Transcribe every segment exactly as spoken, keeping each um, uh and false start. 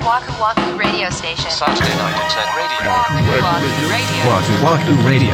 Waku Waku Radio Station. Saturday night at ten radio. Waku Waku Radio. Waku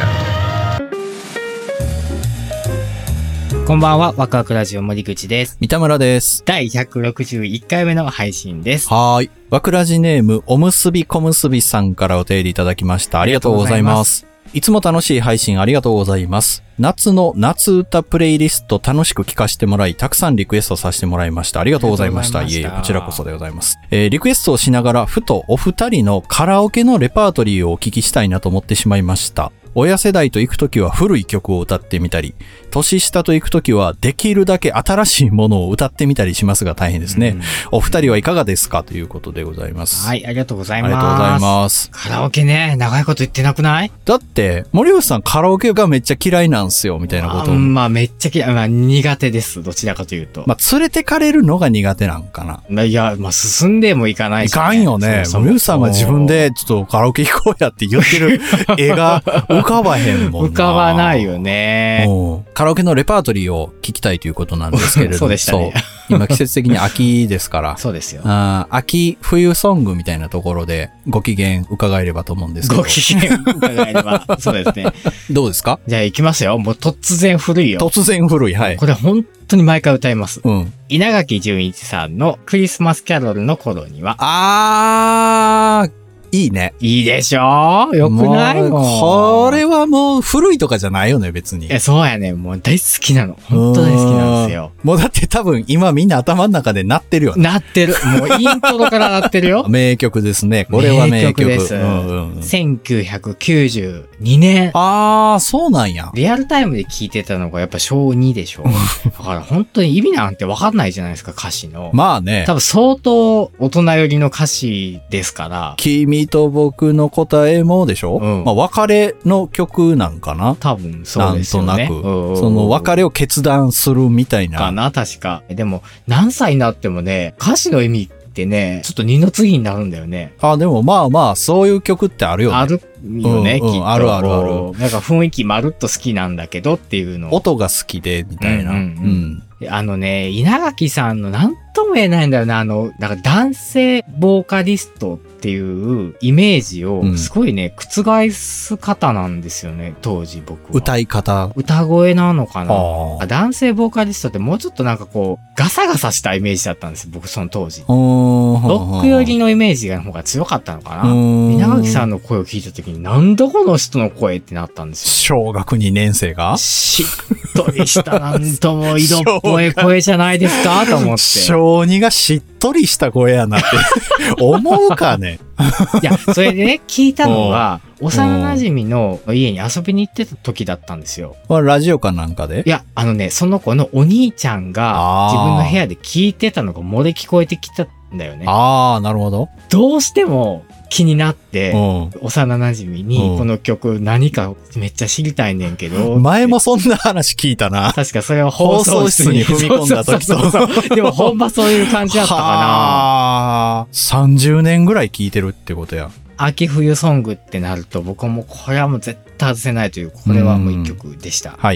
Waku Radio。こんばんは、ワクワクラジオ森口です。 三田村です。 だいひゃくろくじゅういっかいめの配信です。 はーい。ワクラジネーム、おむすびこむすびさんからお手入れいただきました。ありがとうございます。いつも楽しい配信ありがとうございます。夏の夏歌プレイリスト楽しく聞かせてもらい、たくさんリクエストさせてもらいました。ありがとうございました。いえいえ、こちらこそでございます。えー、リクエストをしながら、ふとお二人のカラオケのレパートリーをお聞きしたいなと思ってしまいました。親世代と行くときは古い曲を歌ってみたり、年下と行くときはできるだけ新しいものを歌ってみたりしますが大変ですね。お二人はいかがですかということでございます。 はい、ありがとうございます。 ありがとうございます。 カラオケね、長いこと言ってなくない？ だって、森口さんカラオケがめっちゃ嫌いなんすよ、みたいなことを。 まあ、めっちゃ嫌い。まあ、苦手です。どちらかというと。 まあ、連れてかれるのが苦手なんかな。 いや、まあ、進んでもいかないし、ね。 いかんよね。森口さんが自分で、ちょっとカラオケ行こうやって言ってる絵が浮かばへんもんな。 浮かばないよね。 カラオケのレパートリーを聞きたいということなんですけれども。 そうでしたね。 そう。今季節的に秋ですから。 そうですよ。 あ秋、冬ソングみたいなところでご機嫌伺えればと思うんですけど。 ご機嫌伺えれば。そうですね。 どうですか？ じゃあ行きますよ。もう突然古いよ。 突然古い。はい。 これ本当に毎回歌います。 うん。 稲垣潤一さんのクリスマスキャロルの頃には。 あー。いいね。 いいでしょ？よくないの？ これはもう古いとかじゃないよね、別に。 え、そうやね。もう大好きなの。本当大好きなんですよ。 もうだって多分今みんな頭の中で鳴ってるよね。 鳴ってる。もうイントロから鳴ってるよ。 名曲ですね。これは名曲。 名曲です。うんうん、せんきゅうひゃくきゅうじゅうにねん。 あー、そうなんや。 リアルタイムで聴いてたのがやっぱしょうにでしょ。だから本当に意味なんてわかんないじゃないですか、歌詞の。 まあね。 多分相当大人寄りの歌詞ですから。 君と僕の答えもでしょ、うん、まあ別れの曲なんかな多分そうですよね。 なんとなく。その別れを決断するみたいな。 かな、確か。でも何歳になってもね、歌詞の意味ってね、ちょっと二の次になるんだよね。 あ、でもまあまあ、そういう曲ってあるよね。 あるよね、 うんうん、 きっと。 あるあるある。 なんか雰囲気まるっと好きなんだけどっていうの。 音が好きで、みたいな。うんうんうん、あのね、稲垣さんのなんとも言えないんだよね。あの、なんか男性ボーカリストっていうイメージをすごいね、うん、覆す方なんですよね、当時僕は。 歌い方。 歌声なのかな。男性ボーカリストってもうちょっとなんかこう、ガサガサしたイメージだったんですよ、僕その当時。ロック寄りのイメージが方が強かったのかな。稲垣さんの声を聞いた時に、なんだこの人の声ってなったんですよ。小学にねん生がしっとりしたなんとも色っぽい声じゃないですかと思って。 小にがしっとりした声やなって思うかね。 いや、それでね、聞いたのが、幼馴染の家に遊びに行ってた時だったんですよ。 ラジオかなんかで？ いや、あのね、その子のお兄ちゃんが自分の部屋で聞いてたのが漏れ聞こえてきたんだよね。 ああ、なるほど。 どうしても気になって、幼馴染にこの曲何かめっちゃ知りたいねんけど。 前もそんな話聞いたな。 確かそれは放送室に踏み込んだ時と。そうそうそうそうでもほんまそういう感じだったかな。 ああ、さんじゅうねんぐらい聞いてるってことや。 秋冬ソングってなると僕はもうこれはもう絶対外せないという、これはもう一曲でした。 はい。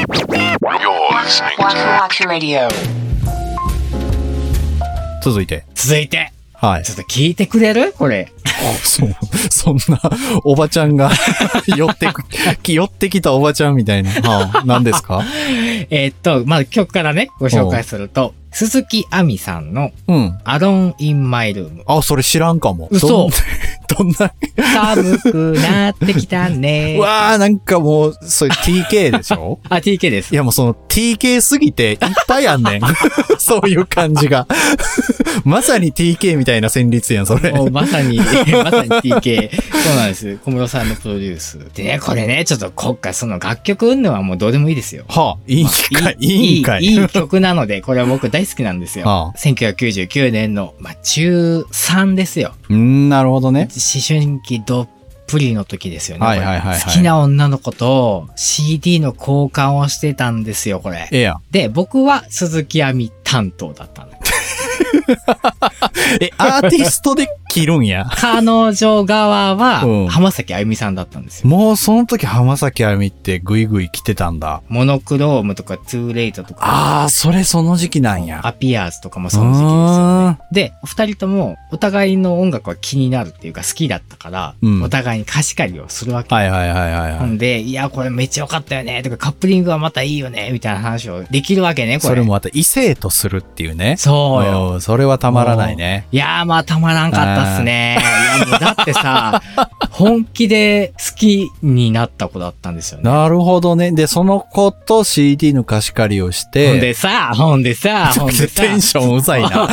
続いて。 続いて。 はい。 ちょっと聞いてくれる？これ。 そう、そんな、おばちゃんが寄ってき、寄ってきたおばちゃんみたいな。はあ、何ですか？ えっと、まあ、曲からね、ご紹介すると、鈴木亜美さんの、 うん。 Alone in My Room。 あ、それ知らんかも。 嘘。 どんな寒くなってきたね。 うわー、なんかもう、それ ティーケー でしょ？ あ、ティーケー です。 いやもうその ティーケー すぎていっぱいあんねん。そういう感じが。まさに ティーケー みたいな旋律やん、それ。 もうまさに、まさに ティーケー。そうなんです。小室さんのプロデュース。でね、これね、ちょっと今回その楽曲云々はもうどうでもいいですよ。 はあ、いいんかい、いいんかい。 いい曲なので、これは僕大好きなんですよ。はあ、せんきゅうひゃくきゅうじゅうきゅうねんの、まあ、中さんですよ。 うん、なるほどね。 思春期どっぷりの時ですよね。 はいはいはい、はい。 好きな女の子と シーディー の交換をしてたんですよ、これ。 ええやん。 で、僕は鈴木亜美担当だったんだ。 え、アーティストで切るんや。 彼女側うんは、浜崎あゆみさんだったんですよ。 もうその時浜崎あゆみってグイグイ来てたんだ。 モノクロームとかトゥーレイトとか。 ああ、それその時期なんや。 アピアーズとかもその時期ですよね。で、二人ともお互いの音楽は気になるっていうか好きだったから、 うんお互いに貸し借りをするわけ。 はいはいはいはいはい。 ほんで、いや、これめっちゃ良かったよね、とかカップリングはまたいいよね、みたいな話をできるわけね、これ。 それもまた異性とするっていうね。 そうよ。 うん。それはたまらないね。 いやー、まあたまらんかったっすね。いや、もうだってさ、本気で好きになった子だったんですよね。 なるほどね。で、その子と シーディー の貸し借りをしほんて、 でさ、ほんでさ、ほんでさ。 テンションうざいな。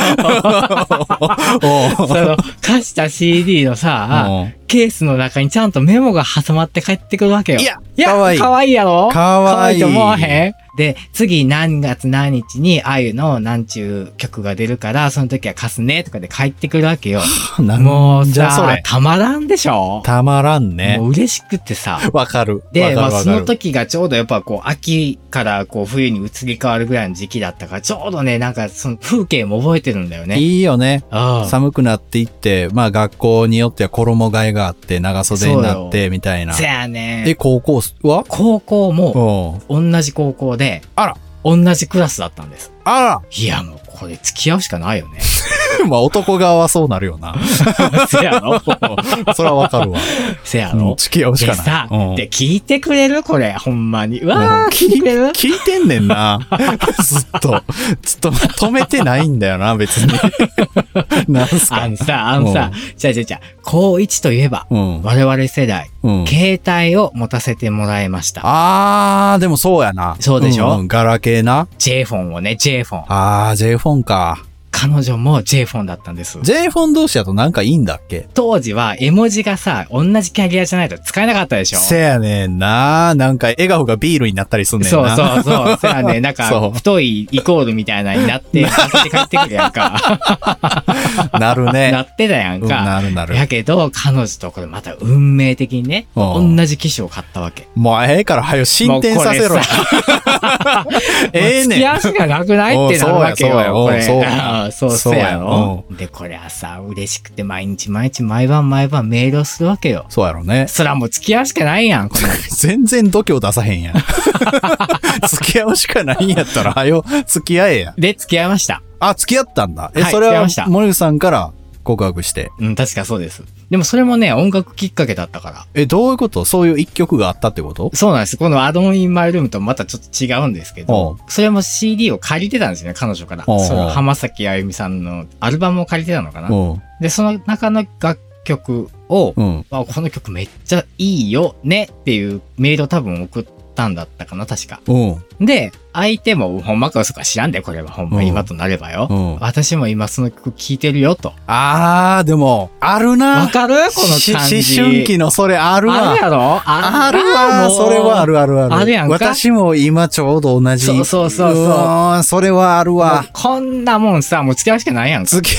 おその、貸した シーディー のさ、 うケースの中にちゃんとメモが挟まって帰ってくるわけよ。 いや、 いや、 かわいいかわいいやろかわいいかわいいと思わへんで、次何月何日にあゆのなんちゅう曲が出るから、その時は貸すねとかで帰ってくるわけよ。 なんもうじゃそされ、。 たまらんでしょたまらんねも。う嬉しくってさ。 わかる。 で、まあそのわかるわかる。 時がちょうどやっぱこう秋からこう冬に移り変わるぐらいの時期だったから、ちょうどね、なんかその風景も覚えてるんだよね。 いいよね。 ああ寒くなっていって、まあ学校によっては衣替えがあって、長袖になって、みたいな。 せやねえ、高校は高校もうん。 同じ高校で、 あら。 同じクラスだったんです。 あいや、もうこれ付き合うしかないよね。 らまあ男側はそうなるよな。 せやろそれはわかるわ。 せやろうん付き合うしかない。 でさ、 うんで、聞いてくれるこれ、ほんまに。うわー、聞いてくれる聞いてんねんな。ずっと。ずっと止めてないんだよな、別に。なんすか。 あのさ、あのさ、じゃあじゃあじゃあ、高一といえば、 うん。 我々世代、 うん。 携帯を持たせてもらいました。 あー、でもそうやな。 そうでしょんんガラケーな。 J フォンをね、J フォン。 あー、J フォンか。 彼女も J フォンだったんです。 J フォン同士だとなんかいいんだっけ？ 当時は絵文字がさ、同じキャリアじゃないと使えなかったでしょ。 せやねんな。なんか笑顔がビールになったりすんねんそうな。 そうそう。そやね、なんか、 そう太いイコールみたいなになって、かけて帰ってくるやんか。 なるね。 なってたやんうんか。 なるなる。 やけど、彼女とこれまた運命的にね、 うん同じ機種を買ったわけ。 もうええから早よ進展させろもうこれ。さええねん。 付き合うしかなくないってなるわけよ。 おうこれそうやそうそうそうややろ。で、これはさ、嬉しくて毎日毎日毎晩毎晩メールをするわけよ。 そうやろね。 そらもう付き合うしかないやん、これ。 全然度胸出さへんやん。付き合うしかないんやったら、はよ、付き合えや。 で、付き合いました。 あ、付き合ったんだ。え、 はいそれは付き合いました、 森口さんから告白して。 うん、確かそうです。でもそれもね、音楽きっかけだったから。 え、どういうことそういう一曲があったってことそうなんです。このアドオンインマイルームとまたちょっと違うんですけおど、それも シーディー を借りてたんですよね、彼女から。 おうおうその浜崎あゆみさんのアルバムを借りてたのかな。 うん。 で、その中の楽曲を、 うん。 あ、この曲めっちゃいいよねっていうメールを多分送ったんだったかな、確か。 うん。 で、相手もほんまか嘘か知らんで、これはほんまうん今となればよ。 うん。 私も今その曲聴いてるよと。 あー、でも、あるな。 わかるこの感じ。 し思春期のそれあるわ。 あるやろあるわ。それはある。 るあるある。 あるやんか私も今ちょうど同じ。 そうそうそうそうーん、それはあるもうわ。 こんなもんさ、もう付き合うしかないやんか。 次。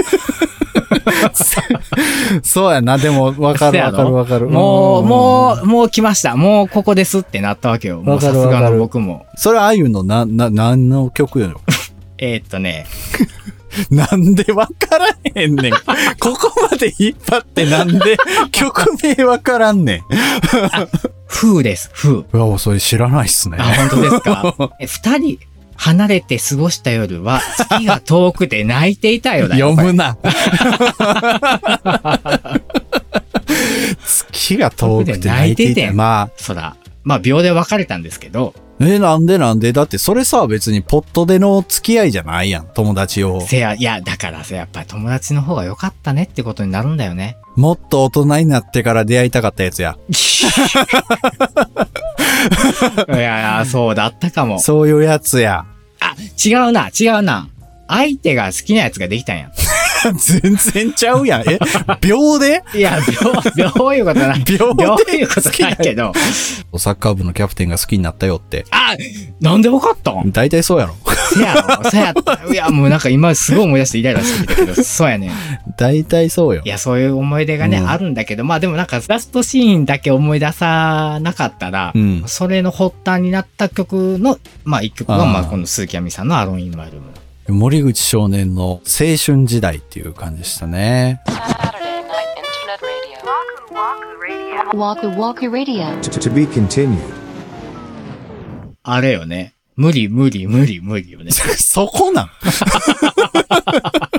そうやな。でも、わかるわかるわかる。 もう、 んもう、もう来ました。もうここですってなったわけよ。もうわかさすがのるわかる僕も。 それあゆのな、な、何の曲やろえーっとね、 なんでわからへんねん。ここまで引っ張ってなんで曲名わからんねん。 風です、風。 うわ、それ知らないっすね。 あ、本当ですかえ二人離れて過ごした夜は、月が遠くて泣いていたよだよ。 読むな。月が遠くて泣いていた。 泣いててまあ、 そら。まあ、秒で別れたんですけど、 え、なんでなんでだってそれさ、別にポットでの付き合いじゃないやん。友達を。 せや、いや、だからさ、やっぱり友達の方が良かったねってことになるんだよね。 もっと大人になってから出会いたかったやつや。 いやいや、そうだったかも。 そういうやつや。 あ、違うな、違うな。相手が好きなやつができたんや。 全然ちゃうやん。え、秒でいや、秒、秒いうことない。 秒で秒いうことないけど。 サッカー部のキャプテンが好きになったよって。 あ、なんでわかったん大体そうやろ。 せやろ、せやった。いや、もうなんか今すごい思い出してイライラしてきたけど、そうやねん。 大体そうよい。や、そういう思い出がね、 うんあるんだけど、まあでもなんかラストシーンだけ思い出さなかったら、 うんそれの発端になった曲の、まあ一曲が、 あーまあこの鈴木亜美さんのアロンインマイルーム。 森口少年の青春時代っていう感じでしたね。 Waku Waku Radio. To, to be continued. あれよね。無理無理無理無理よね。 そこなん